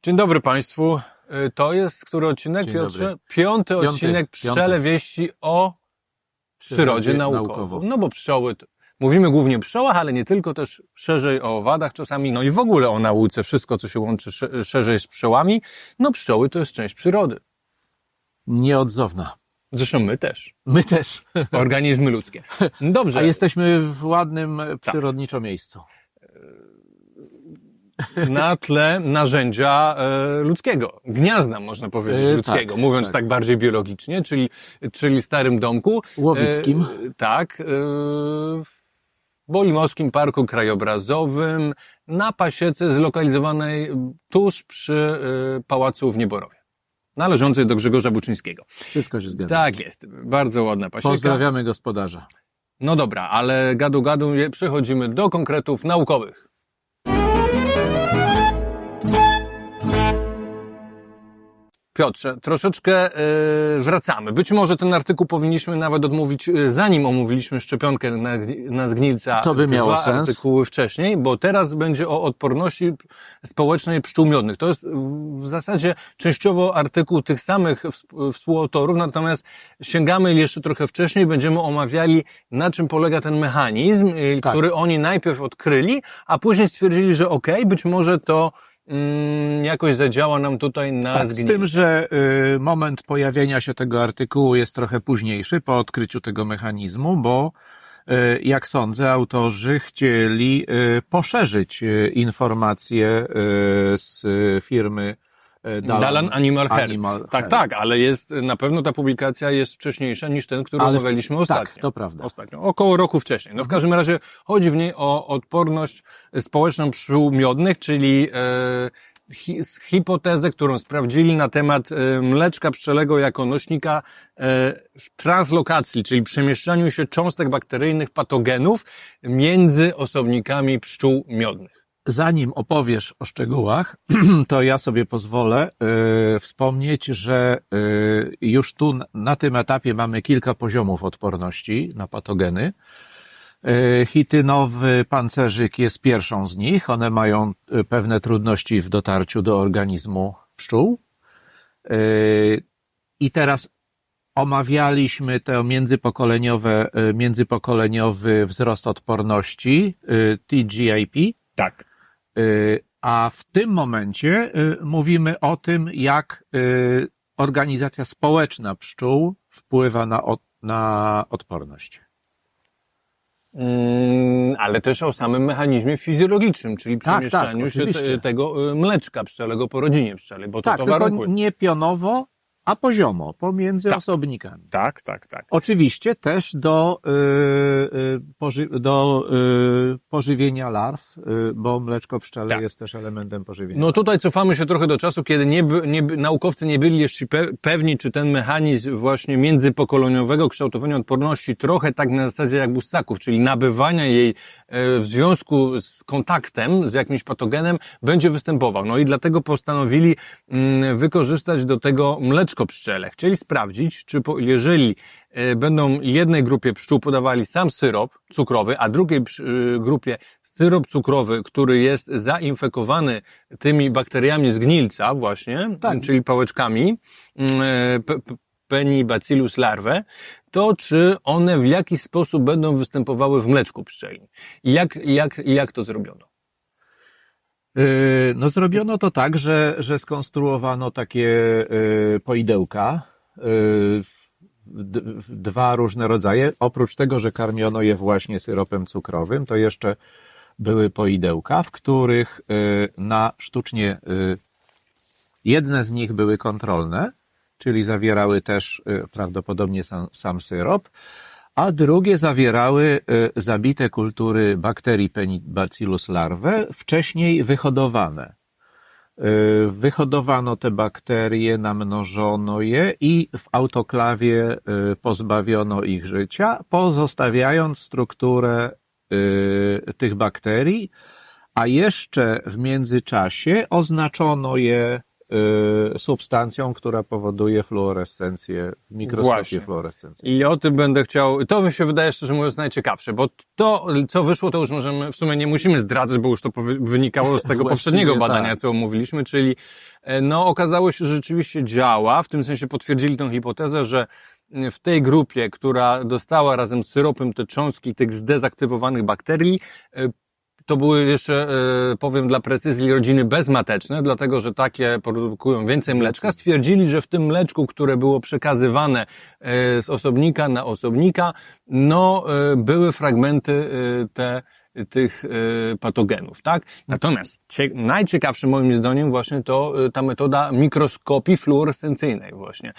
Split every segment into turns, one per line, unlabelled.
Dzień dobry Państwu. To jest który odcinek, Piotrze? Piąty odcinek Pszczele Wieści o przyrodzie naukowej. No bo pszczoły, mówimy głównie o pszczołach, ale nie tylko, też szerzej o owadach czasami, no i w ogóle o nauce, wszystko co się łączy szerzej z pszczołami. No pszczoły to jest część przyrody.
Nieodzowna.
Zresztą my też.
My też.
Organizmy ludzkie. Dobrze.
A jesteśmy w ładnym przyrodniczo miejscu.
Na tle narzędzia ludzkiego, gniazda można powiedzieć ludzkiego, mówiąc tak bardziej biologicznie, czyli starym domku.
Łowickim.
W Bolimowskim Parku Krajobrazowym na pasiece zlokalizowanej tuż przy Pałacu w Nieborowie, należącej do Grzegorza Buczyńskiego.
Wszystko się zgadza.
Tak jest, bardzo ładna pasieka.
Pozdrawiamy gospodarza.
No dobra, ale gadu przechodzimy do konkretów naukowych. Piotrze, troszeczkę wracamy. Być może ten artykuł powinniśmy nawet odmówić, zanim omówiliśmy szczepionkę na zgnilca.
To by miało sens.
Artykuły wcześniej, bo teraz będzie o odporności społecznej pszczół miodnych. To jest w zasadzie częściowo artykuł tych samych współautorów, natomiast sięgamy jeszcze trochę wcześniej, będziemy omawiali, na czym polega ten mechanizm, który oni najpierw odkryli, a później stwierdzili, że być może to jakoś zadziała nam tutaj na zgnilce.
Z tym, że moment pojawienia się tego artykułu jest trochę późniejszy, po odkryciu tego mechanizmu, bo jak sądzę, autorzy chcieli poszerzyć informacje z firmy
Dalan Animal Health. Tak, ale na pewno ta publikacja jest wcześniejsza niż ten, który omawialiśmy ostatnio.
Tak, to prawda.
Około roku wcześniej. No w każdym razie chodzi w niej o odporność społeczną pszczół miodnych, czyli hipotezę, którą sprawdzili na temat mleczka pszczelego jako nośnika translokacji, czyli przemieszczaniu się cząstek bakteryjnych patogenów między osobnikami pszczół miodnych.
Zanim opowiesz o szczegółach, to ja sobie pozwolę wspomnieć, że już tu na tym etapie mamy kilka poziomów odporności na patogeny. Chitynowy pancerzyk jest pierwszą z nich. One mają pewne trudności w dotarciu do organizmu pszczół. I teraz omawialiśmy to międzypokoleniowy wzrost odporności, TGIP.
Tak.
A w tym momencie mówimy o tym, jak organizacja społeczna pszczół wpływa na odporność.
Ale też o samym mechanizmie fizjologicznym, czyli przemieszczaniu się tego mleczka pszczelego po rodzinie pszczelej, bo to warunków.
Tylko nie pionowo, a poziomo, pomiędzy osobnikami.
Tak.
Oczywiście też do pożywienia larw, bo mleczko pszczele jest też elementem pożywienia.
No tutaj cofamy się trochę do czasu, kiedy naukowcy nie byli jeszcze pewni, czy ten mechanizm właśnie międzypokoleniowego kształtowania odporności trochę tak na zasadzie jak u ssaków, czyli nabywania jej w związku z kontaktem z jakimś patogenem będzie występował. No i dlatego postanowili wykorzystać do tego mleczko pszczele. Chcieli sprawdzić, czy jeżeli będą jednej grupie pszczół podawali sam syrop cukrowy, a drugiej grupie syrop cukrowy, który jest zainfekowany tymi bakteriami z gnilca właśnie, czyli pałeczkami, Penibacillus larvae, to czy one w jakiś sposób będą występowały w mleczku pszczelim. I jak to zrobiono?
No zrobiono to tak, że skonstruowano takie poidełka, dwa różne rodzaje. Oprócz tego, że karmiono je właśnie syropem cukrowym, to jeszcze były poidełka, w których sztucznie jedne z nich były kontrolne, czyli zawierały też prawdopodobnie sam syrop, a drugie zawierały zabite kultury bakterii Penibacillus larvae, wcześniej wyhodowane. Wyhodowano te bakterie, namnożono je i w autoklawie pozbawiono ich życia, pozostawiając strukturę tych bakterii, a jeszcze w międzyczasie oznaczono je substancją, która powoduje fluorescencję, w mikroskopie
Właśnie.
fluorescencję.
I o tym będę chciał, to mi się wydaje szczerze mówiąc najciekawsze, bo to, co wyszło, to już możemy, w sumie nie musimy zdradzać, bo już to wynikało z tego poprzedniego
Właściwie
badania,
tak.
co omówiliśmy, czyli no okazało się, że rzeczywiście działa, w tym sensie potwierdzili tę hipotezę, że w tej grupie, która dostała razem z syropem te cząstki tych zdezaktywowanych bakterii, to były jeszcze, powiem dla precyzji, rodziny bezmateczne, dlatego że takie produkują więcej mleczka. Stwierdzili, że w tym mleczku, które było przekazywane z osobnika na osobnika, no były fragmenty tych patogenów, tak? Natomiast najciekawszym moim zdaniem właśnie to ta metoda mikroskopii fluorescencyjnej właśnie.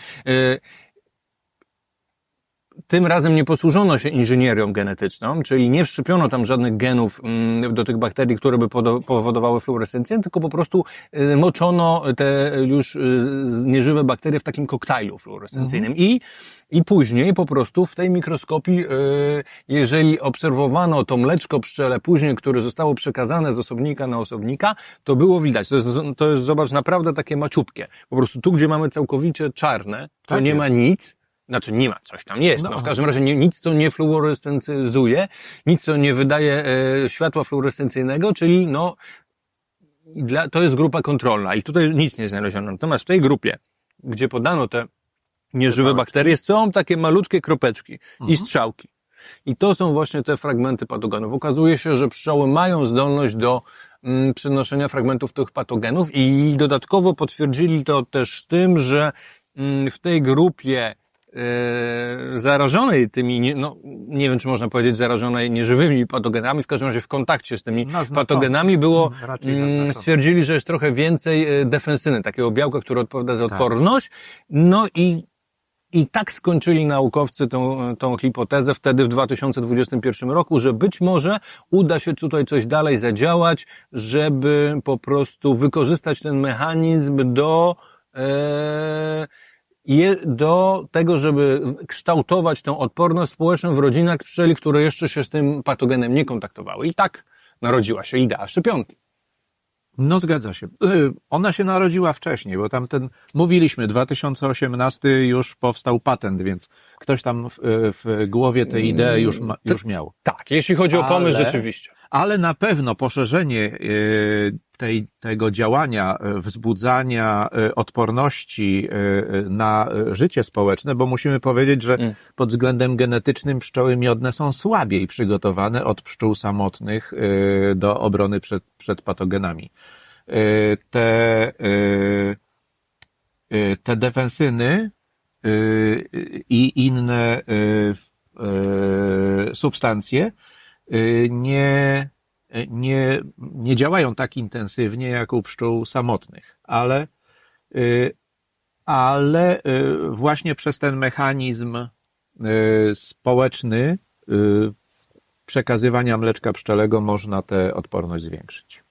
Tym razem nie posłużono się inżynierią genetyczną, czyli nie wszczepiono tam żadnych genów do tych bakterii, które by powodowały fluorescencję, tylko po prostu moczono te już nieżywe bakterie w takim koktajlu fluorescencyjnym. I później po prostu w tej mikroskopii, jeżeli obserwowano to mleczko pszczele później, które zostało przekazane z osobnika na osobnika, to było widać. To jest zobacz, naprawdę takie maciupkie. Po prostu tu, gdzie mamy całkowicie czarne, to
Tak
nie
jest.
ma nic. Znaczy nie ma, coś tam jest. No, w każdym razie nic, co nie fluorescencyzuje, nic, co nie wydaje światła fluorescencyjnego, czyli no to jest grupa kontrolna i tutaj nic nie znaleziono. Natomiast w tej grupie, gdzie podano te nieżywe bakterie, są takie malutkie kropeczki i strzałki. I to są właśnie te fragmenty patogenów. Okazuje się, że pszczoły mają zdolność do przenoszenia fragmentów tych patogenów i dodatkowo potwierdzili to też tym, że w tej grupie zarażonej tymi, no nie wiem, czy można powiedzieć zarażonej nieżywymi patogenami, w każdym razie w kontakcie z tymi patogenami było, stwierdzili, że jest trochę więcej defensyny, takiego białka, które odpowiada za odporność, no i tak skończyli naukowcy tą hipotezę wtedy w 2021 roku, że być może uda się tutaj coś dalej zadziałać, żeby po prostu wykorzystać ten mechanizm do tego, żeby kształtować tą odporność społeczną w rodzinach pszczeli, które jeszcze się z tym patogenem nie kontaktowały. I tak narodziła się idea szczepionki.
No zgadza się. Ona się narodziła wcześniej, bo mówiliśmy, 2018 już powstał patent, więc ktoś tam w głowie tę ideę już miał.
Tak, jeśli chodzi o pomysł, rzeczywiście.
Ale na pewno poszerzenie tego działania, wzbudzania odporności na życie społeczne, bo musimy powiedzieć, że pod względem genetycznym pszczoły miodne są słabiej przygotowane od pszczół samotnych do obrony przed patogenami. Te defensyny i inne substancje nie działają tak intensywnie jak u pszczół samotnych, ale właśnie przez ten mechanizm społeczny przekazywania mleczka pszczelego można tę odporność zwiększyć.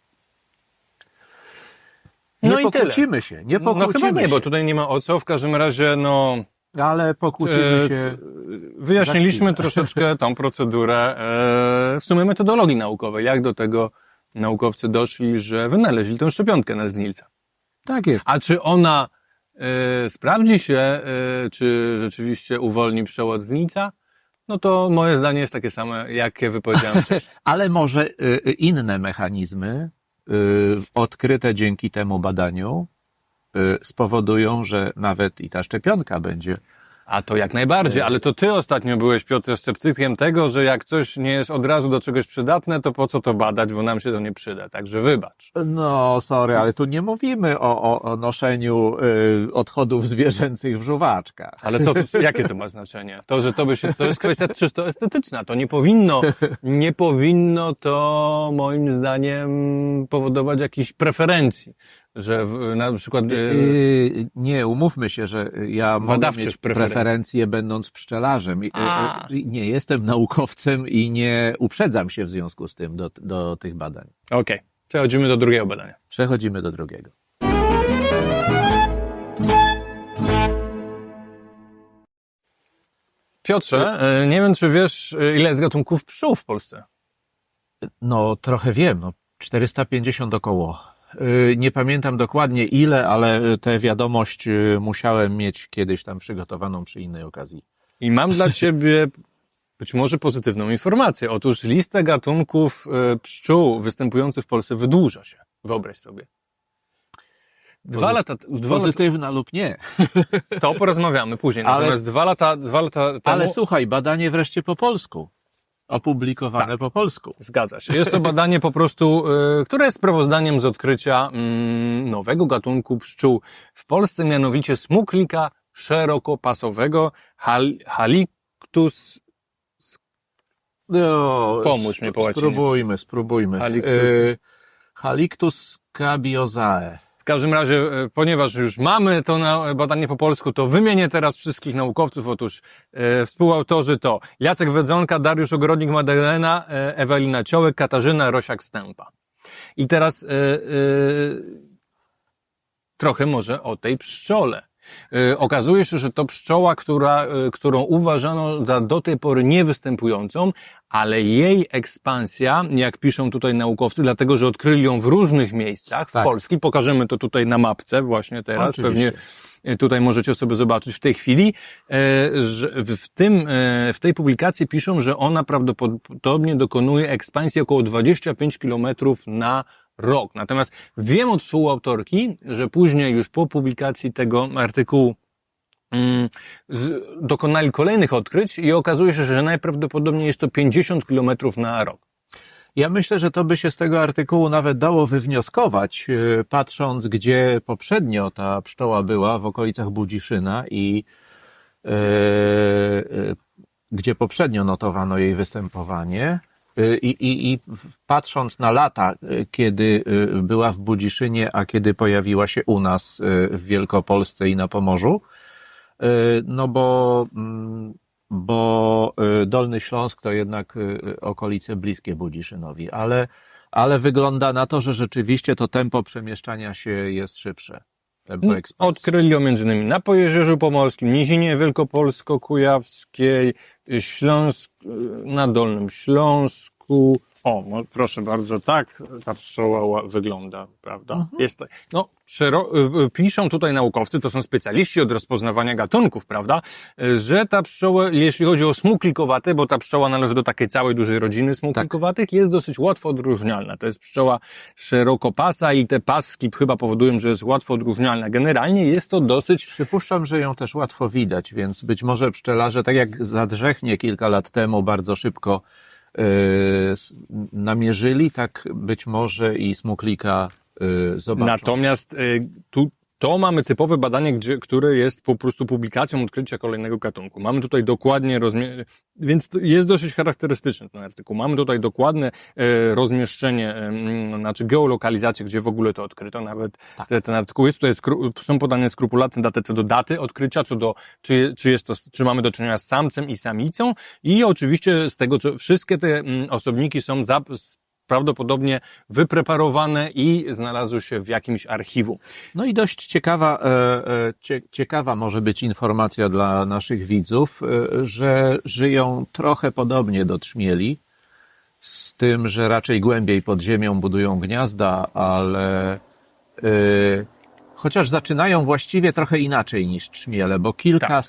Nie pokłócimy się.
No chyba nie, bo tutaj nie ma o co. W każdym razie,
ale pokłócimy się.
Wyjaśniliśmy troszeczkę tą procedurę w sumie metodologii naukowej. Jak do tego naukowcy doszli, że wynaleźli tę szczepionkę na zgnilca.
Tak jest.
A czy ona sprawdzi się, czy rzeczywiście uwolni pszczołę od zgnilca? No to moje zdanie jest takie same, jakie wypowiedziałem wcześniej.
Ale może inne mechanizmy odkryte dzięki temu badaniu spowodują, że nawet i ta szczepionka będzie.
A to jak najbardziej, ale to ty ostatnio byłeś, Piotr, sceptykiem tego, że jak coś nie jest od razu do czegoś przydatne, to po co to badać, bo nam się to nie przyda, także wybacz.
No, sorry, ale tu nie mówimy o noszeniu odchodów zwierzęcych w żuwaczkach.
Ale jakie to ma znaczenie? To, że to jest kwestia czysto estetyczna, to nie powinno to moim zdaniem powodować jakichś preferencji. Że na przykład...
Nie, umówmy się, że ja mogę mieć preferencje będąc pszczelarzem. Nie jestem naukowcem i nie uprzedzam się w związku z tym do tych badań.
Okej. Przechodzimy do drugiego badania.
Przechodzimy do drugiego.
Piotrze, nie wiem, czy wiesz, ile jest gatunków pszczół w Polsce?
No, trochę wiem. 450 około. Nie pamiętam dokładnie ile, ale tę wiadomość musiałem mieć kiedyś tam przygotowaną przy innej okazji.
I mam dla ciebie być może pozytywną informację. Otóż lista gatunków pszczół występujących w Polsce wydłuża się. Wyobraź sobie. Dwa lata
Pozytywna lub nie.
to porozmawiamy później. Natomiast dwa lata temu...
Ale słuchaj, badanie wreszcie po polsku. Opublikowane po polsku.
Zgadza się. Jest to badanie po prostu, które jest sprawozdaniem z odkrycia nowego gatunku pszczół w Polsce, mianowicie smuklika szerokopasowego Halictus.
No,
Pomóż mi po łacinie.
Spróbujmy. Halictus scabiosae.
W każdym razie, ponieważ już mamy to badanie po polsku, to wymienię teraz wszystkich naukowców. Otóż współautorzy to Jacek Wedzonka, Dariusz Ogrodnik, Magdalena, Ewelina Ciołek, Katarzyna Rosiak-Stępa. I teraz trochę może o tej pszczole. Okazuje się, że to pszczoła, którą uważano za do tej pory niewystępującą, ale jej ekspansja, jak piszą tutaj naukowcy, dlatego że odkryli ją w różnych miejscach w Polsce, pokażemy to tutaj na mapce właśnie teraz,
oczywiście.
Pewnie tutaj możecie sobie zobaczyć w tej chwili, że w tej publikacji piszą, że ona prawdopodobnie dokonuje ekspansji około 25 km na rok. Natomiast wiem od współautorki, że później już po publikacji tego artykułu dokonali kolejnych odkryć i okazuje się, że najprawdopodobniej jest to 50 km na rok.
Ja myślę, że to by się z tego artykułu nawet dało wywnioskować, patrząc, gdzie poprzednio ta pszczoła była, w okolicach Budziszyna i gdzie poprzednio notowano jej występowanie. I patrząc na lata, kiedy była w Budziszynie, a kiedy pojawiła się u nas w Wielkopolsce i na Pomorzu, no bo Dolny Śląsk to jednak okolice bliskie Budziszynowi, ale wygląda na to, że rzeczywiście to tempo przemieszczania się jest szybsze. Tempo ekspansji.
Odkryli ją między innymi na Pojezierzu Pomorskim, Nizinie Wielkopolsko-Kujawskiej, na Dolnym Śląsku. O, no proszę bardzo, tak ta pszczoła wygląda, prawda? Jest, no, piszą tutaj naukowcy, to są specjaliści od rozpoznawania gatunków, prawda? Że ta pszczoła, jeśli chodzi o smuklikowate, bo ta pszczoła należy do takiej całej dużej rodziny smuklikowatych, jest dosyć łatwo odróżnialna. To jest pszczoła szerokopasa i te paski chyba powodują, że jest łatwo odróżnialna. Generalnie jest to dosyć...
Przypuszczam, że ją też łatwo widać, więc być może pszczelarze, tak jak Zadrzechnie kilka lat temu bardzo szybko namierzyli, tak być może i smuklika zobaczą.
Natomiast to mamy typowe badanie, które jest po prostu publikacją odkrycia kolejnego gatunku. Mamy tutaj dokładnie więc jest dosyć charakterystyczny ten artykuł. Mamy tutaj dokładne rozmieszczenie, znaczy geolokalizację, gdzie w ogóle to odkryto. Nawet ten artykuł jest tutaj, są podane skrupulatne daty co do daty odkrycia, co do, czy mamy do czynienia z samcem i samicą i oczywiście z tego, co wszystkie te osobniki są prawdopodobnie wypreparowane i znalazły się w jakimś archiwum.
No i dość ciekawa może być informacja dla naszych widzów, że żyją trochę podobnie do trzmieli, z tym, że raczej głębiej pod ziemią budują gniazda, ale chociaż zaczynają właściwie trochę inaczej niż trzmiele, bo kilka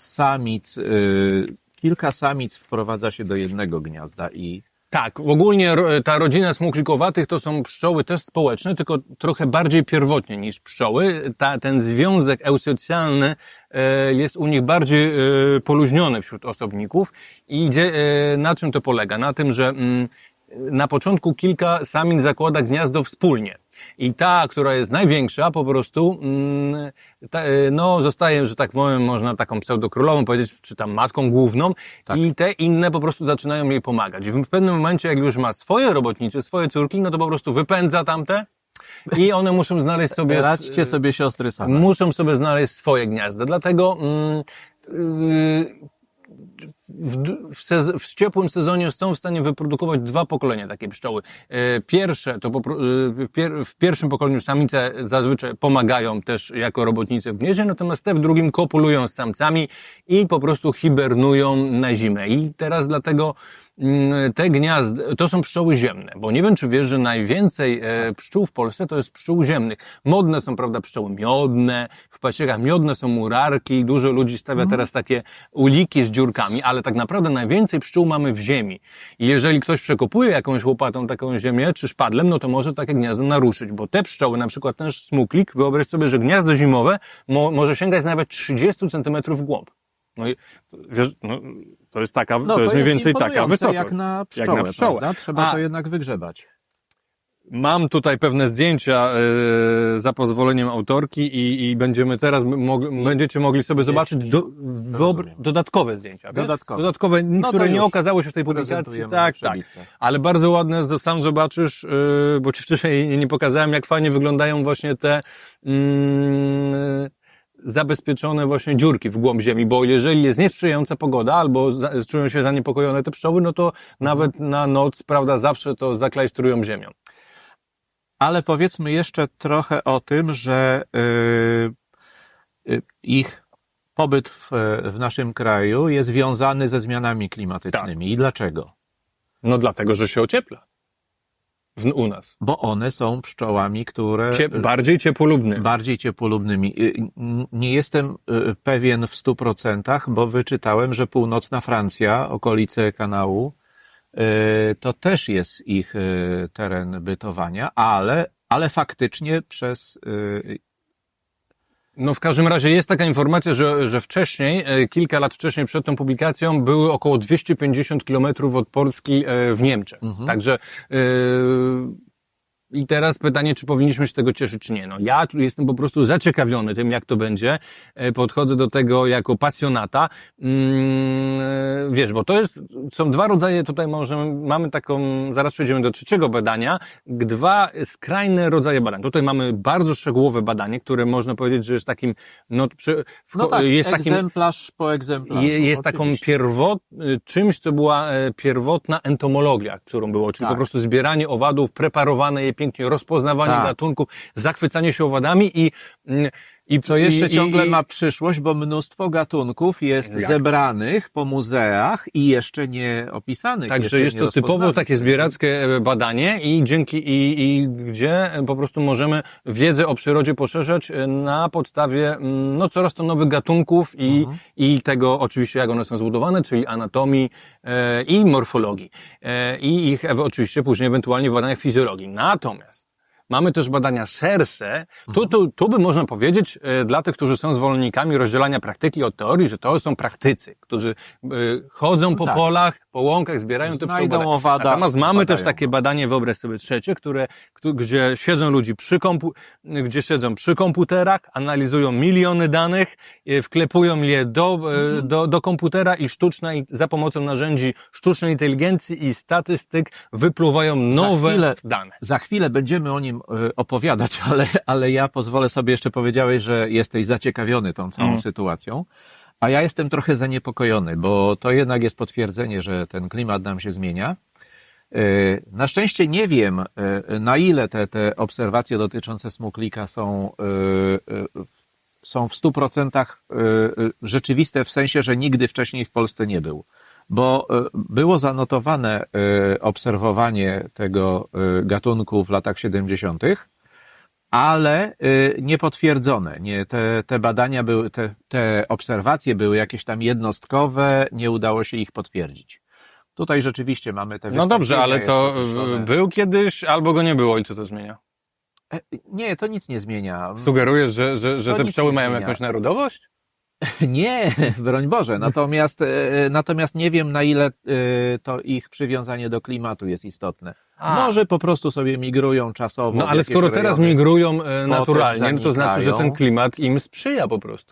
samic wprowadza się do jednego gniazda i
tak, ogólnie ta rodzina smuklikowatych to są pszczoły też społeczne, tylko trochę bardziej pierwotnie niż pszczoły. Ten związek eusocjalny jest u nich bardziej poluźniony wśród osobników. I na czym to polega? Na tym, że na początku kilka samic zakłada gniazdo wspólnie. I ta, która jest największa, po prostu, zostaje, że tak powiem, można taką pseudokrólową powiedzieć, czy tam matką główną, i te inne po prostu zaczynają jej pomagać. I w pewnym momencie, jak już ma swoje robotnice, swoje córki, no to po prostu wypędza tamte i one muszą znaleźć sobie...
Radźcie sobie siostry same.
Muszą sobie znaleźć swoje gniazda. Dlatego w ciepłym sezonie są w stanie wyprodukować 2 pokolenia takiej pszczoły. Pierwsze, to w pierwszym pokoleniu samice zazwyczaj pomagają też jako robotnice w gnieździe, natomiast te w drugim kopulują z samcami i po prostu hibernują na zimę. I teraz dlatego te gniazda, to są pszczoły ziemne, bo nie wiem, czy wiesz, że najwięcej pszczół w Polsce to jest pszczół ziemnych. Modne są, prawda, pszczoły miodne, w paciekach miodne są murarki, dużo ludzi stawia teraz takie uliki z dziurkami, ale tak naprawdę najwięcej pszczół mamy w ziemi. I jeżeli ktoś przekopuje jakąś łopatą taką ziemię, czy szpadlem, no to może takie gniazdo naruszyć, bo te pszczoły, na przykład ten smuklik, wyobraź sobie, że gniazdo zimowe może sięgać nawet 30 centymetrów w głąb. No i wiesz, no, to jest taka, to jest mniej więcej taka wysokość.
Jak na pszczołę. Prawda? Trzeba to jednak wygrzebać.
Mam tutaj pewne zdjęcia za pozwoleniem autorki i będziemy teraz będziecie mogli sobie zobaczyć dodatkowe zdjęcia. Dodatkowe, które nie okazały się w tej publikacji. Tak. Ale bardzo ładne, sam zobaczysz, bo ci wcześniej nie pokazałem, jak fajnie wyglądają właśnie te zabezpieczone właśnie dziurki w głąb ziemi, bo jeżeli jest niesprzyjająca pogoda albo czują się zaniepokojone te pszczoły, no to nawet na noc, prawda, zawsze to zaklajstrują ziemią.
Ale powiedzmy jeszcze trochę o tym, że ich pobyt w naszym kraju jest związany ze zmianami klimatycznymi. Tak. I dlaczego?
No dlatego, że się ociepla. U nas.
Bo one są pszczołami, które...
Bardziej ciepłolubnymi.
Bardziej ciepłolubnymi. Nie jestem pewien w 100%, bo wyczytałem, że północna Francja, okolice kanału, to też jest ich teren bytowania, ale faktycznie przez...
No w każdym razie jest taka informacja, że wcześniej, kilka lat wcześniej przed tą publikacją były około 250 kilometrów od Polski w Niemczech. Także i teraz pytanie, czy powinniśmy się tego cieszyć, czy nie. No ja tu jestem po prostu zaciekawiony tym, jak to będzie. Podchodzę do tego jako pasjonata. Wiesz, bo są 2 rodzaje, tutaj mamy taką, zaraz przejdziemy do 3. badania, 2 skrajne rodzaje badań. Tutaj mamy bardzo szczegółowe badanie, które można powiedzieć, że jest takim, jest
egzemplarz po egzemplarzu.
Jest taką czymś, co była pierwotna entomologia, którą było, czyli po prostu zbieranie owadów, preparowane je pięknie, rozpoznawanie gatunków, zachwycanie się owadami i
co jeszcze ciągle ma przyszłość, bo mnóstwo gatunków jest zebranych po muzeach i jeszcze nie opisanych.
Także jest to typowo takie zbierackie badanie i gdzie po prostu możemy wiedzę o przyrodzie poszerzać na podstawie coraz to nowych gatunków i tego oczywiście, jak one są zbudowane, czyli anatomii i morfologii. I ich oczywiście później ewentualnie w badaniach fizjologii. Natomiast mamy też badania szersze. Tu by można powiedzieć, dla tych, którzy są zwolennikami rozdzielania praktyki od teorii, że to są praktycy, którzy chodzą po polach, po łąkach, zbierają te pszczoły. Natomiast mamy też takie badanie, wyobraź sobie, trzecie, gdzie siedzą ludzi przy komputerach, analizują miliony danych, wklepują je do komputera i za pomocą narzędzi sztucznej inteligencji i statystyk wypluwają nowe dane.
Za chwilę będziemy o nim opowiadać, ale ja pozwolę sobie jeszcze, powiedziałeś, że jesteś zaciekawiony tą całą sytuacją, a ja jestem trochę zaniepokojony, bo to jednak jest potwierdzenie, że ten klimat nam się zmienia. Na szczęście nie wiem, na ile te obserwacje dotyczące smuklika są w 100% rzeczywiste, w sensie, że nigdy wcześniej w Polsce nie był. Bo było zanotowane obserwowanie tego gatunku w latach 70., ale niepotwierdzone. Te badania były, te obserwacje były jakieś tam jednostkowe, nie udało się ich potwierdzić. Tutaj rzeczywiście mamy te wystąpienia.
No dobrze, ale to był kiedyś, albo go nie było i co to zmienia?
Nie, to nic nie zmienia.
Sugerujesz, że te pszczoły mają jakąś narodowość?
Nie, broń Boże. Natomiast nie wiem, na ile to ich przywiązanie do klimatu jest istotne. Może po prostu sobie migrują czasowo.
No ale skoro teraz migrują naturalnie, no to znaczy, że ten klimat im sprzyja po prostu.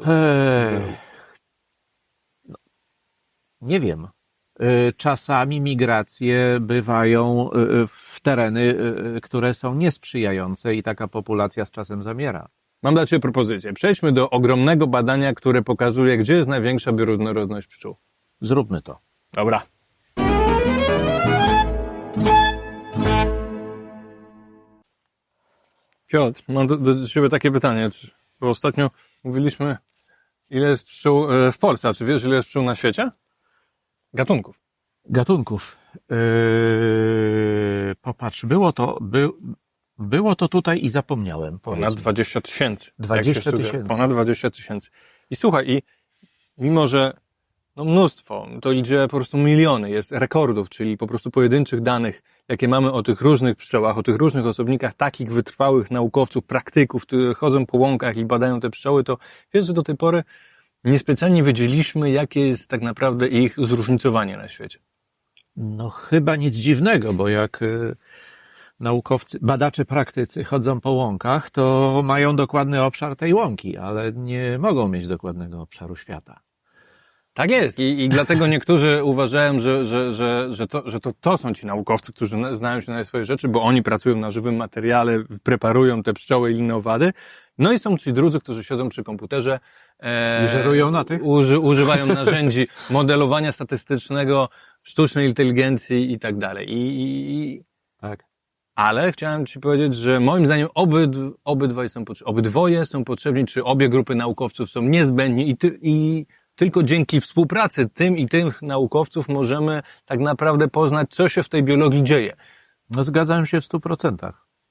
Nie wiem. Czasami migracje bywają w tereny, które są niesprzyjające i taka populacja z czasem zamiera.
Mam dla Ciebie propozycję. Przejdźmy do ogromnego badania, które pokazuje, gdzie jest największa bioróżnorodność pszczół.
Zróbmy to.
Dobra. Piotr, mam do Ciebie takie pytanie, bo ostatnio mówiliśmy, ile jest pszczół w Polsce, a czy wiesz, ile jest pszczół na świecie? Gatunków.
Gatunków. Popatrz, było to tutaj i zapomniałem.
Ponad 20 tysięcy.
20 000.
Ponad 20 tysięcy. I słuchaj, mimo, że mnóstwo, to idzie po prostu miliony, jest rekordów, czyli po prostu pojedynczych danych, jakie mamy o tych różnych pszczołach, o tych różnych osobnikach, takich wytrwałych naukowców, praktyków, którzy chodzą po łąkach i badają te pszczoły, to wiesz, że do tej pory niespecjalnie wiedzieliśmy, jakie jest tak naprawdę ich zróżnicowanie na świecie.
No chyba nic dziwnego, bo jak naukowcy, badacze praktycy chodzą po łąkach, to mają dokładny obszar tej łąki, ale nie mogą mieć dokładnego obszaru świata.
Tak jest i dlatego niektórzy uważają, że to są ci naukowcy, którzy znają się na swoje rzeczy, bo oni pracują na żywym materiale, preparują te pszczoły i inne owady. No i są ci drudzy, którzy siedzą przy komputerze
i żerują na tych?
Używają narzędzi modelowania statystycznego, sztucznej inteligencji i tak dalej.
Tak.
Ale chciałem Ci powiedzieć, że moim zdaniem obydwoje są potrzebni, czy obie grupy naukowców są niezbędni i tylko dzięki współpracy tym i tych naukowców możemy tak naprawdę poznać, co się w tej biologii dzieje.
No zgadzam się w 100%.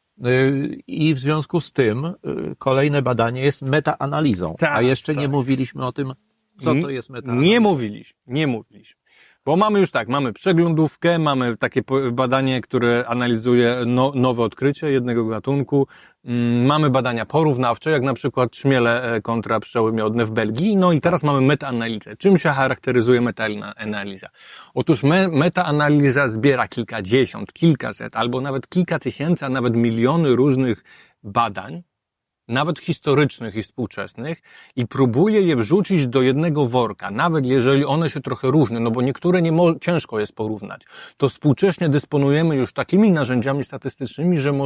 I w związku z tym kolejne badanie jest metaanalizą.
Tak,
a jeszcze
tak.
nie mówiliśmy o tym, co to jest metaanaliza.
Nie mówiliśmy. Bo mamy już tak, mamy przeglądówkę, mamy takie badanie, które analizuje nowe odkrycie jednego gatunku, mamy badania porównawcze, jak na przykład trzmiele kontra pszczoły miodne w Belgii, no i teraz mamy metaanalizę. Czym się charakteryzuje metaanaliza? Otóż metaanaliza zbiera kilkadziesiąt, kilkaset, albo nawet kilka tysięcy, a nawet miliony różnych badań, nawet historycznych i współczesnych, i próbuje je wrzucić do jednego worka, nawet jeżeli one się trochę różnią, no bo niektóre ciężko jest porównać. To współcześnie dysponujemy już takimi narzędziami statystycznymi, że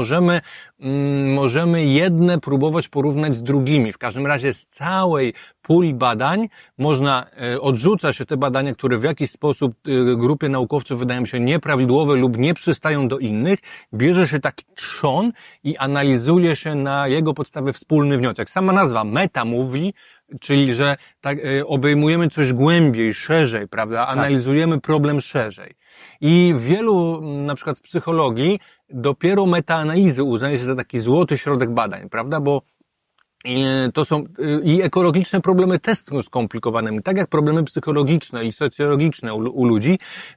możemy jedne próbować porównać z drugimi. W każdym razie z całej puli badań można odrzuca się te badania, które w jakiś sposób grupie naukowców wydają się nieprawidłowe lub nie przystają do innych, bierze się taki trzon i analizuje się na jego podstawie wspólny wniosek. Sama nazwa meta mówi, czyli że tak, obejmujemy coś głębiej, szerzej, prawda? Analizujemy problem szerzej. I wielu, na przykład w psychologii, dopiero metaanalizy uznaje się za taki złoty środek badań, prawda? Bo to są i ekologiczne problemy też są skomplikowane, tak jak problemy psychologiczne i socjologiczne u ludzi.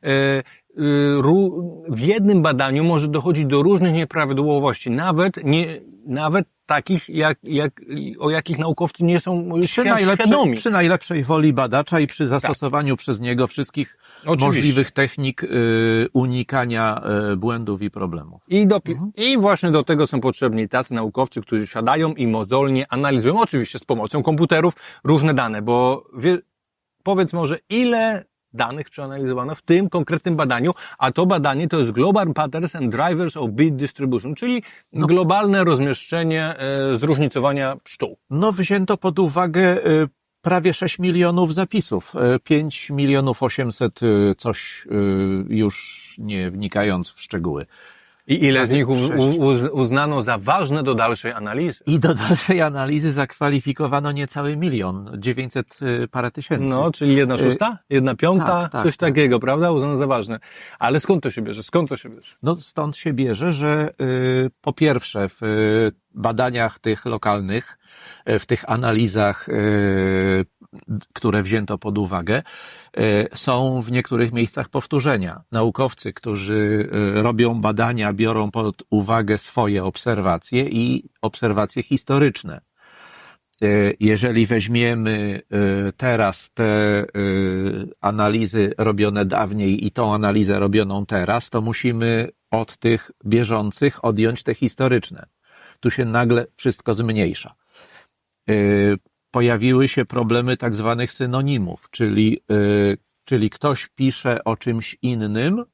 W jednym badaniu może dochodzić do różnych nieprawidłowości, nawet takich, o jakich naukowcy nie są świadomi.
Przy najlepszej woli badacza i przy zastosowaniu przez niego wszystkich możliwych technik unikania błędów i problemów.
I właśnie do tego są potrzebni tacy naukowcy, którzy siadają i mozolnie analizują, oczywiście z pomocą komputerów, różne dane, bo powiedz może, ile danych przeanalizowano w tym konkretnym badaniu, a to badanie to jest Global Patterns and Drivers of Bee Distribution, czyli globalne rozmieszczenie zróżnicowania pszczół.
No wzięto pod uwagę prawie 6 milionów zapisów, 5 milionów 800 coś, już nie wnikając w szczegóły.
I ile z nich uznano za ważne do dalszej analizy?
I do dalszej analizy zakwalifikowano niecały 1 900 parę tysięcy.
No, czyli 1/6? 1/5? Coś takiego, prawda? Uznano za ważne. Ale skąd to się bierze? No, stąd się bierze, że
po pierwsze w badaniach tych lokalnych, w tych analizach, które wzięto pod uwagę, są w niektórych miejscach powtórzenia. Naukowcy, którzy robią badania, biorą pod uwagę swoje obserwacje i obserwacje historyczne. Jeżeli weźmiemy teraz te analizy robione dawniej i tą analizę robioną teraz, to musimy od tych bieżących odjąć te historyczne. Tu się nagle wszystko zmniejsza. Pojawiły się problemy tak zwanych synonimów, czyli ktoś pisze o czymś innym,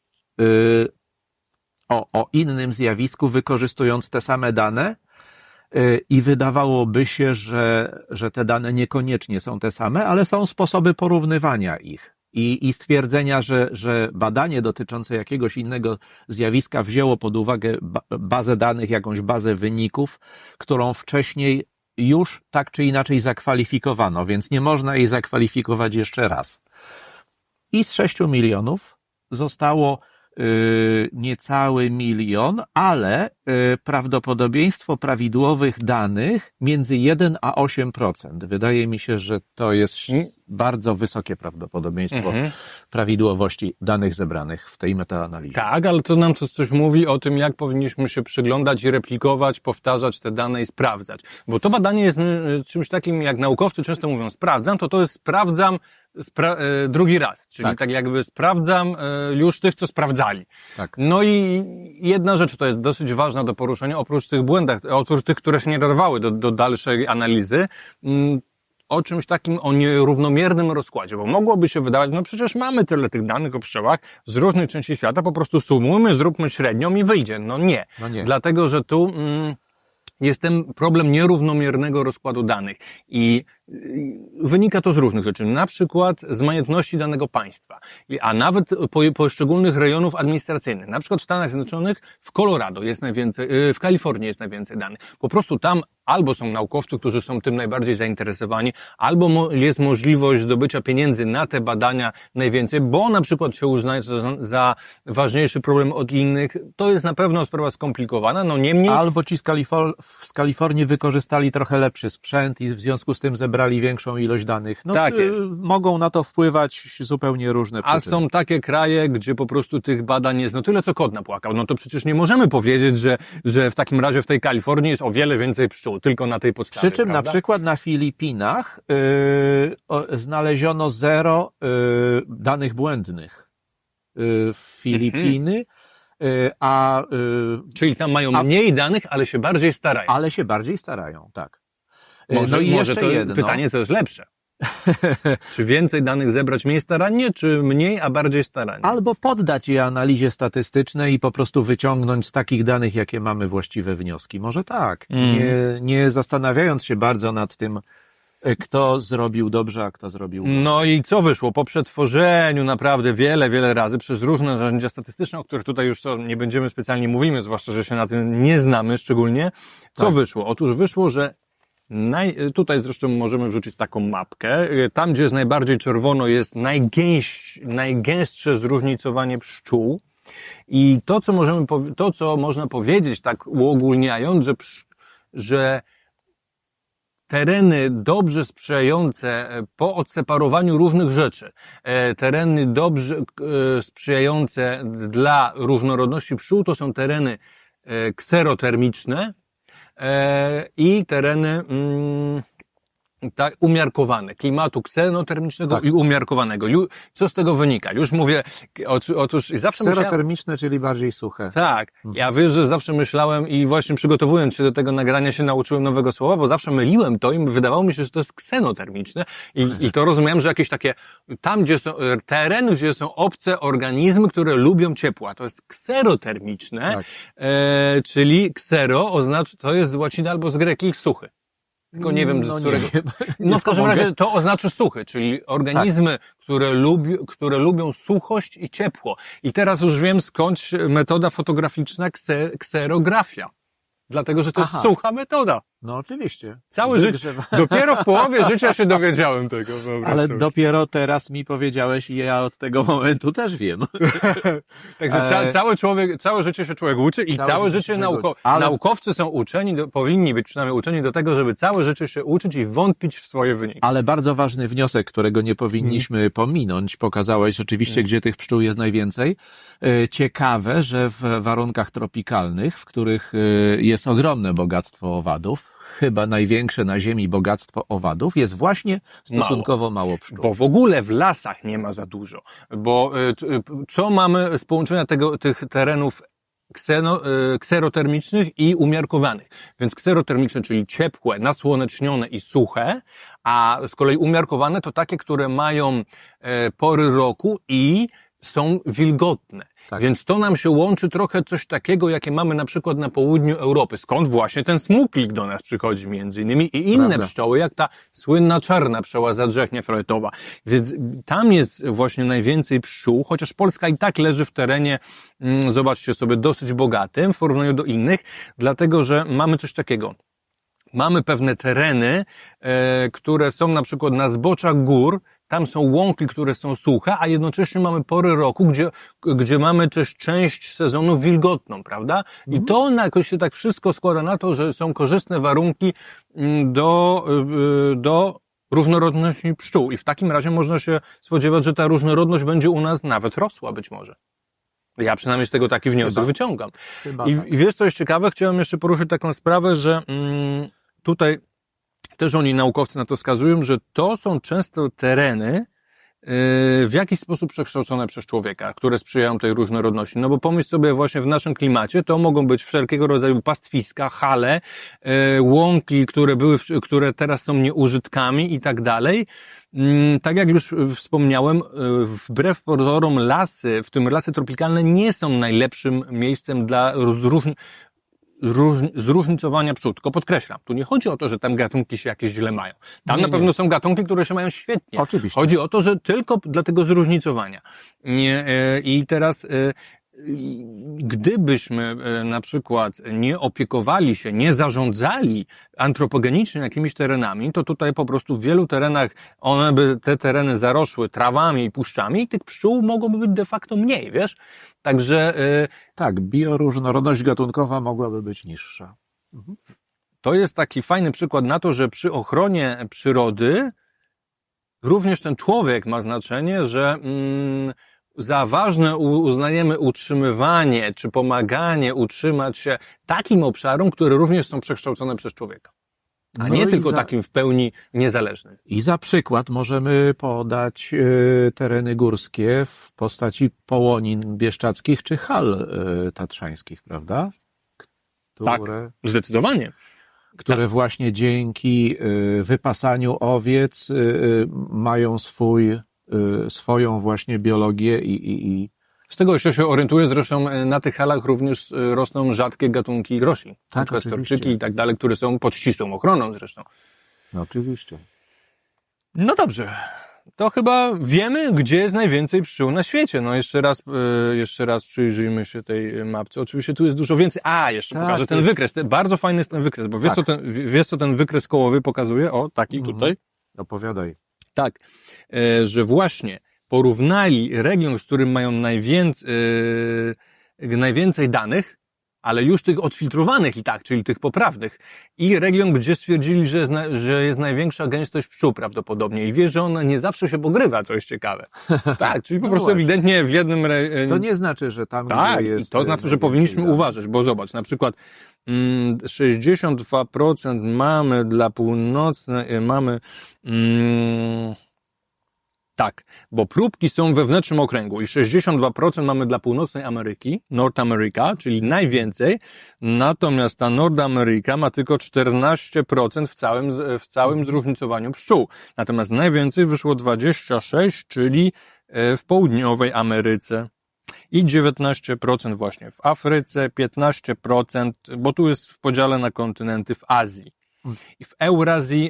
o innym zjawisku, wykorzystując te same dane, i wydawałoby się, że te dane niekoniecznie są te same, ale są sposoby porównywania ich. I stwierdzenia, że badanie dotyczące jakiegoś innego zjawiska wzięło pod uwagę bazę danych, jakąś bazę wyników, którą wcześniej już tak czy inaczej zakwalifikowano, więc nie można jej zakwalifikować jeszcze raz. I z 6 milionów zostało niecały 1 milion, ale prawdopodobieństwo prawidłowych danych między 1 a 8%. Wydaje mi się, że to jest bardzo wysokie prawdopodobieństwo prawidłowości danych zebranych w tej metaanalizie.
Tak, ale to nam coś mówi o tym, jak powinniśmy się przyglądać i replikować, powtarzać te dane i sprawdzać. Bo to badanie jest czymś takim, jak naukowcy często mówią, sprawdzam, to jest sprawdzam drugi raz, czyli tak jakby sprawdzam już tych, co sprawdzali.
Tak.
No i jedna rzecz, to jest dosyć ważna do poruszenia, oprócz tych błędów, oprócz tych, które się nie dorwały do dalszej analizy, o czymś takim, o nierównomiernym rozkładzie, bo mogłoby się wydawać, no przecież mamy tyle tych danych o pszczołach z różnych części świata, po prostu sumujmy, zróbmy średnią i wyjdzie. No nie. Dlatego, że tu jest ten problem nierównomiernego rozkładu danych i wynika to z różnych rzeczy, na przykład z majątności danego państwa, a nawet poszczególnych rejonów administracyjnych. Na przykład w Stanach Zjednoczonych, w Colorado jest najwięcej, w Kalifornii jest najwięcej danych. Po prostu tam albo są naukowcy, którzy są tym najbardziej zainteresowani, albo jest możliwość zdobycia pieniędzy na te badania najwięcej, bo na przykład się uznaje to za ważniejszy problem od innych. To jest na pewno sprawa skomplikowana, no niemniej...
Albo ci z Kalifornii wykorzystali trochę lepszy sprzęt i w związku z tym zebrali większą ilość danych. No,
tak jest.
Mogą na to wpływać zupełnie różne przyczyny.
A są takie kraje, gdzie po prostu tych badań jest no tyle, co kot napłakał. No to przecież nie możemy powiedzieć, że w takim razie w tej Kalifornii jest o wiele więcej pszczół, tylko na tej podstawie.
Przy czym
prawda?
na przykład na Filipinach znaleziono 0 danych błędnych. Filipiny,
czyli tam mają mniej danych, ale się bardziej starają.
Ale się bardziej starają, tak.
Może,
no i
może
jeszcze
to
jedno.
pytanie, co jest lepsze? Czy więcej danych zebrać mniej starannie, czy mniej, a bardziej starannie?
Albo poddać je analizie statystycznej i po prostu wyciągnąć z takich danych, jakie mamy, właściwe wnioski. Może tak. Nie zastanawiając się bardzo nad tym, kto zrobił dobrze, a kto zrobił gorzej.
No i co wyszło? Po przetworzeniu naprawdę wiele razy przez różne narzędzia statystyczne, o których tutaj już to nie będziemy specjalnie mówimy, zwłaszcza, że się na tym nie znamy szczególnie. Co wyszło? Otóż wyszło, że tutaj zresztą możemy wrzucić taką mapkę. Tam, gdzie jest najbardziej czerwono, jest najgęstsze zróżnicowanie pszczół. I to, co można powiedzieć, tak uogólniając, że tereny dobrze sprzyjające po odseparowaniu różnych rzeczy, tereny dobrze sprzyjające dla różnorodności pszczół, to są tereny kserotermiczne, i tereny umiarkowane, klimatu ksenotermicznego i umiarkowanego. Co z tego wynika? Już mówię, otóż zawsze
kserotermiczne, czyli bardziej suche.
Tak. Ja wiesz, że zawsze myślałem i właśnie przygotowując się do tego nagrania się nauczyłem nowego słowa, bo zawsze myliłem to i wydawało mi się, że to jest ksenotermiczne i to rozumiałem, że jakieś takie tam, gdzie są tereny, gdzie są obce organizmy, które lubią ciepła. To jest kserotermiczne, czyli ksero to jest z łaciny albo z greki suchy. Tylko nie wiem, z którego... No w każdym razie to oznacza suchy, czyli organizmy, które lubią suchość i ciepło. I teraz już wiem, skąd metoda fotograficzna kserografia. Dlatego, że to jest sucha metoda.
No oczywiście.
Całe życie. Dopiero w połowie życia się dowiedziałem tego.
Ale dopiero teraz mi powiedziałeś i ja od tego momentu też wiem.
Także całe życie się człowiek uczy i całe życie naukowcy są uczeni, powinni być przynajmniej uczeni do tego, żeby całe życie się uczyć i wątpić w swoje wyniki.
Ale bardzo ważny wniosek, którego nie powinniśmy pominąć. Pokazałeś rzeczywiście, gdzie tych pszczół jest najwięcej. Ciekawe, że w warunkach tropikalnych, w których jest ogromne bogactwo owadów, chyba największe na Ziemi bogactwo owadów, jest właśnie stosunkowo mało pszczół.
Bo w ogóle w lasach nie ma za dużo. Bo co mamy z połączenia tych terenów kserotermicznych i umiarkowanych. Więc kserotermiczne, czyli ciepłe, nasłonecznione i suche, a z kolei umiarkowane to takie, które mają pory roku i są wilgotne.
Tak.
Więc to nam się łączy trochę coś takiego, jakie mamy na przykład na południu Europy. Skąd właśnie ten smuklik do nas przychodzi między innymi i inne
Prawda.
pszczoły, jak ta słynna czarna pszczoła zadrzechniafretowa. Więc tam jest właśnie najwięcej pszczół, chociaż Polska i tak leży w terenie, zobaczcie sobie, dosyć bogatym w porównaniu do innych, dlatego że mamy coś takiego. Mamy pewne tereny, które są na przykład na zboczach gór, tam są łąki, które są suche, a jednocześnie mamy pory roku, gdzie mamy też część sezonu wilgotną, prawda? I to jakoś się tak wszystko składa na to, że są korzystne warunki do różnorodności pszczół. I w takim razie można się spodziewać, że ta różnorodność będzie u nas nawet rosła być może. Ja przynajmniej z tego taki wniosek wyciągam. I wiesz, co jest ciekawe? Chciałem jeszcze poruszyć taką sprawę, że tutaj też oni, naukowcy, na to wskazują, że to są często tereny w jakiś sposób przekształcone przez człowieka, które sprzyjają tej różnorodności. No bo pomyśl sobie, właśnie w naszym klimacie to mogą być wszelkiego rodzaju pastwiska, hale, łąki, które teraz są nieużytkami i tak dalej. Tak jak już wspomniałem, wbrew pozorom lasy, w tym lasy tropikalne, nie są najlepszym miejscem dla zróżnicowania pszczół. Tylko podkreślam, tu nie chodzi o to, że tam gatunki się jakieś źle mają. Tam na pewno są gatunki, które się mają świetnie.
Oczywiście.
Chodzi o to, że tylko dla tego zróżnicowania. I teraz, gdybyśmy na przykład nie opiekowali się, nie zarządzali antropogenicznie jakimiś terenami, to tutaj po prostu w wielu terenach te tereny zarosły trawami i puszczami i tych pszczół mogłoby być de facto mniej, wiesz? Także
tak, bioróżnorodność gatunkowa mogłaby być niższa.
to jest taki fajny przykład na to, że przy ochronie przyrody również ten człowiek ma znaczenie, że za ważne uznajemy utrzymywanie czy pomaganie utrzymać się takim obszarom, które również są przekształcone przez człowieka. A nie tylko takim w pełni niezależnym.
I za przykład możemy podać tereny górskie w postaci połonin bieszczadzkich czy hal tatrzańskich, prawda?
Tak, zdecydowanie.
Które właśnie dzięki wypasaniu owiec mają swoją właśnie biologię i
z tego jeszcze się orientuję, zresztą na tych halach również rosną rzadkie gatunki roślin.
Tak,
na przykład storczyki i tak dalej, które są pod ścisłą ochroną zresztą.
No oczywiście.
No dobrze. To chyba wiemy, gdzie jest najwięcej pszczół na świecie. No jeszcze raz przyjrzyjmy się tej mapce. Oczywiście tu jest dużo więcej. Jeszcze pokażę ten wykres. Bardzo fajny jest ten wykres, bo wiesz co ten wykres kołowy pokazuje? O, taki tutaj.
Opowiadaj.
Tak, że właśnie porównali region, z którym mają najwięcej danych, ale już tych odfiltrowanych i tak, czyli tych poprawnych, i region, gdzie stwierdzili, że jest największa gęstość pszczół prawdopodobnie. I wiesz, że ona nie zawsze się pogrywa, co jest ciekawe. Tak, czyli po prostu właśnie. Ewidentnie w jednym...
To nie znaczy, że tam,
tak,
gdzie jest...
i to znaczy, że powinniśmy uważać, bo zobacz, na przykład 62% mamy dla północnej, tak, bo próbki są we wnętrznym okręgu i 62% mamy dla północnej Ameryki, North America, czyli najwięcej, natomiast ta North America ma tylko 14% w całym zróżnicowaniu pszczół. Natomiast najwięcej wyszło 26%, czyli w południowej Ameryce. I 19% właśnie w Afryce, 15%, bo tu jest w podziale na kontynenty w Azji. I w Eurazji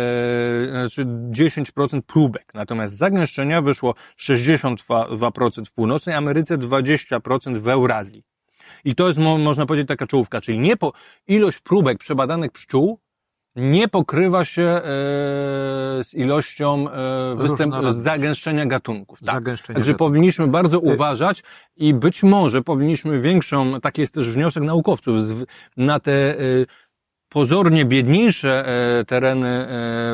10% próbek. Natomiast zagęszczenia wyszło 62% w północnej Ameryce, 20% w Eurazji. I to jest, można powiedzieć, taka czołówka, czyli ilość próbek przebadanych pszczół nie pokrywa się z ilością zagęszczenia gatunków. Tak. Także powinniśmy bardzo uważać i być może powinniśmy taki jest też wniosek naukowców, na te pozornie biedniejsze tereny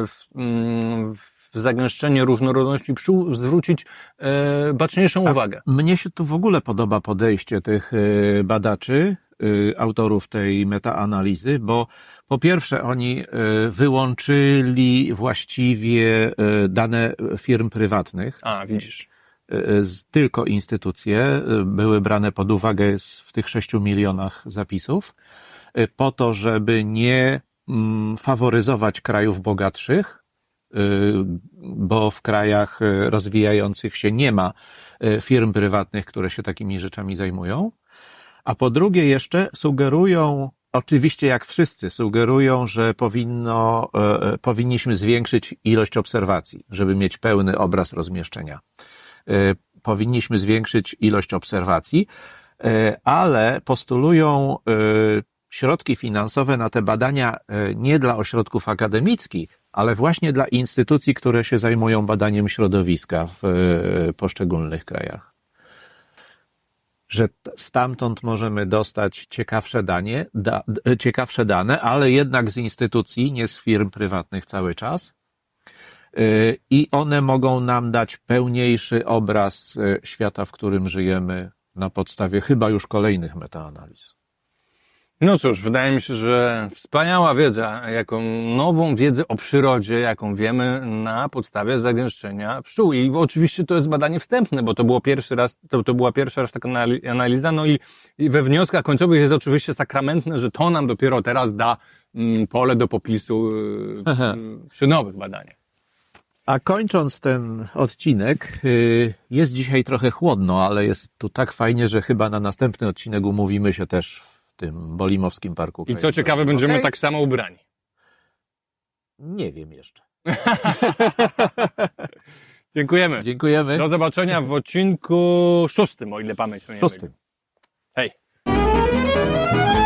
w zagęszczenie różnorodności pszczół zwrócić baczniejszą uwagę.
Mnie się tu w ogóle podoba podejście tych badaczy, autorów tej metaanalizy, bo po pierwsze oni wyłączyli właściwie dane firm prywatnych.
Widzisz.
Tylko instytucje były brane pod uwagę w tych 6 milionach zapisów, po to, żeby nie faworyzować krajów bogatszych, bo w krajach rozwijających się nie ma firm prywatnych, które się takimi rzeczami zajmują. A po drugie jeszcze sugerują, oczywiście jak wszyscy, sugerują, że powinniśmy zwiększyć ilość obserwacji, żeby mieć pełny obraz rozmieszczenia. Powinniśmy zwiększyć ilość obserwacji, ale postulują środki finansowe na te badania nie dla ośrodków akademickich, ale właśnie dla instytucji, które się zajmują badaniem środowiska w poszczególnych krajach. Że stamtąd możemy dostać ciekawsze dane, ale jednak z instytucji, nie z firm prywatnych cały czas. I one mogą nam dać pełniejszy obraz świata, w którym żyjemy na podstawie chyba już kolejnych metaanaliz.
No cóż, wydaje mi się, że wspaniała wiedza, jaką nową wiedzę o przyrodzie, jaką wiemy na podstawie zagęszczenia pszczół. I oczywiście to jest badanie wstępne, bo to była pierwsza raz taka analiza, no i we wnioskach końcowych jest oczywiście sakramentne, że to nam dopiero teraz da pole do popisu przy nowych badaniach.
A kończąc ten odcinek, jest dzisiaj trochę chłodno, ale jest tu tak fajnie, że chyba na następny odcinek umówimy się też w tym Bolimowskim Parku
I
Krajobrazowym.
co ciekawe, będziemy tak samo ubrani.
Nie wiem jeszcze.
Dziękujemy.
Dziękujemy.
Do zobaczenia w odcinku 6, o ile pamięć mnie nie myli.
6.
Hej.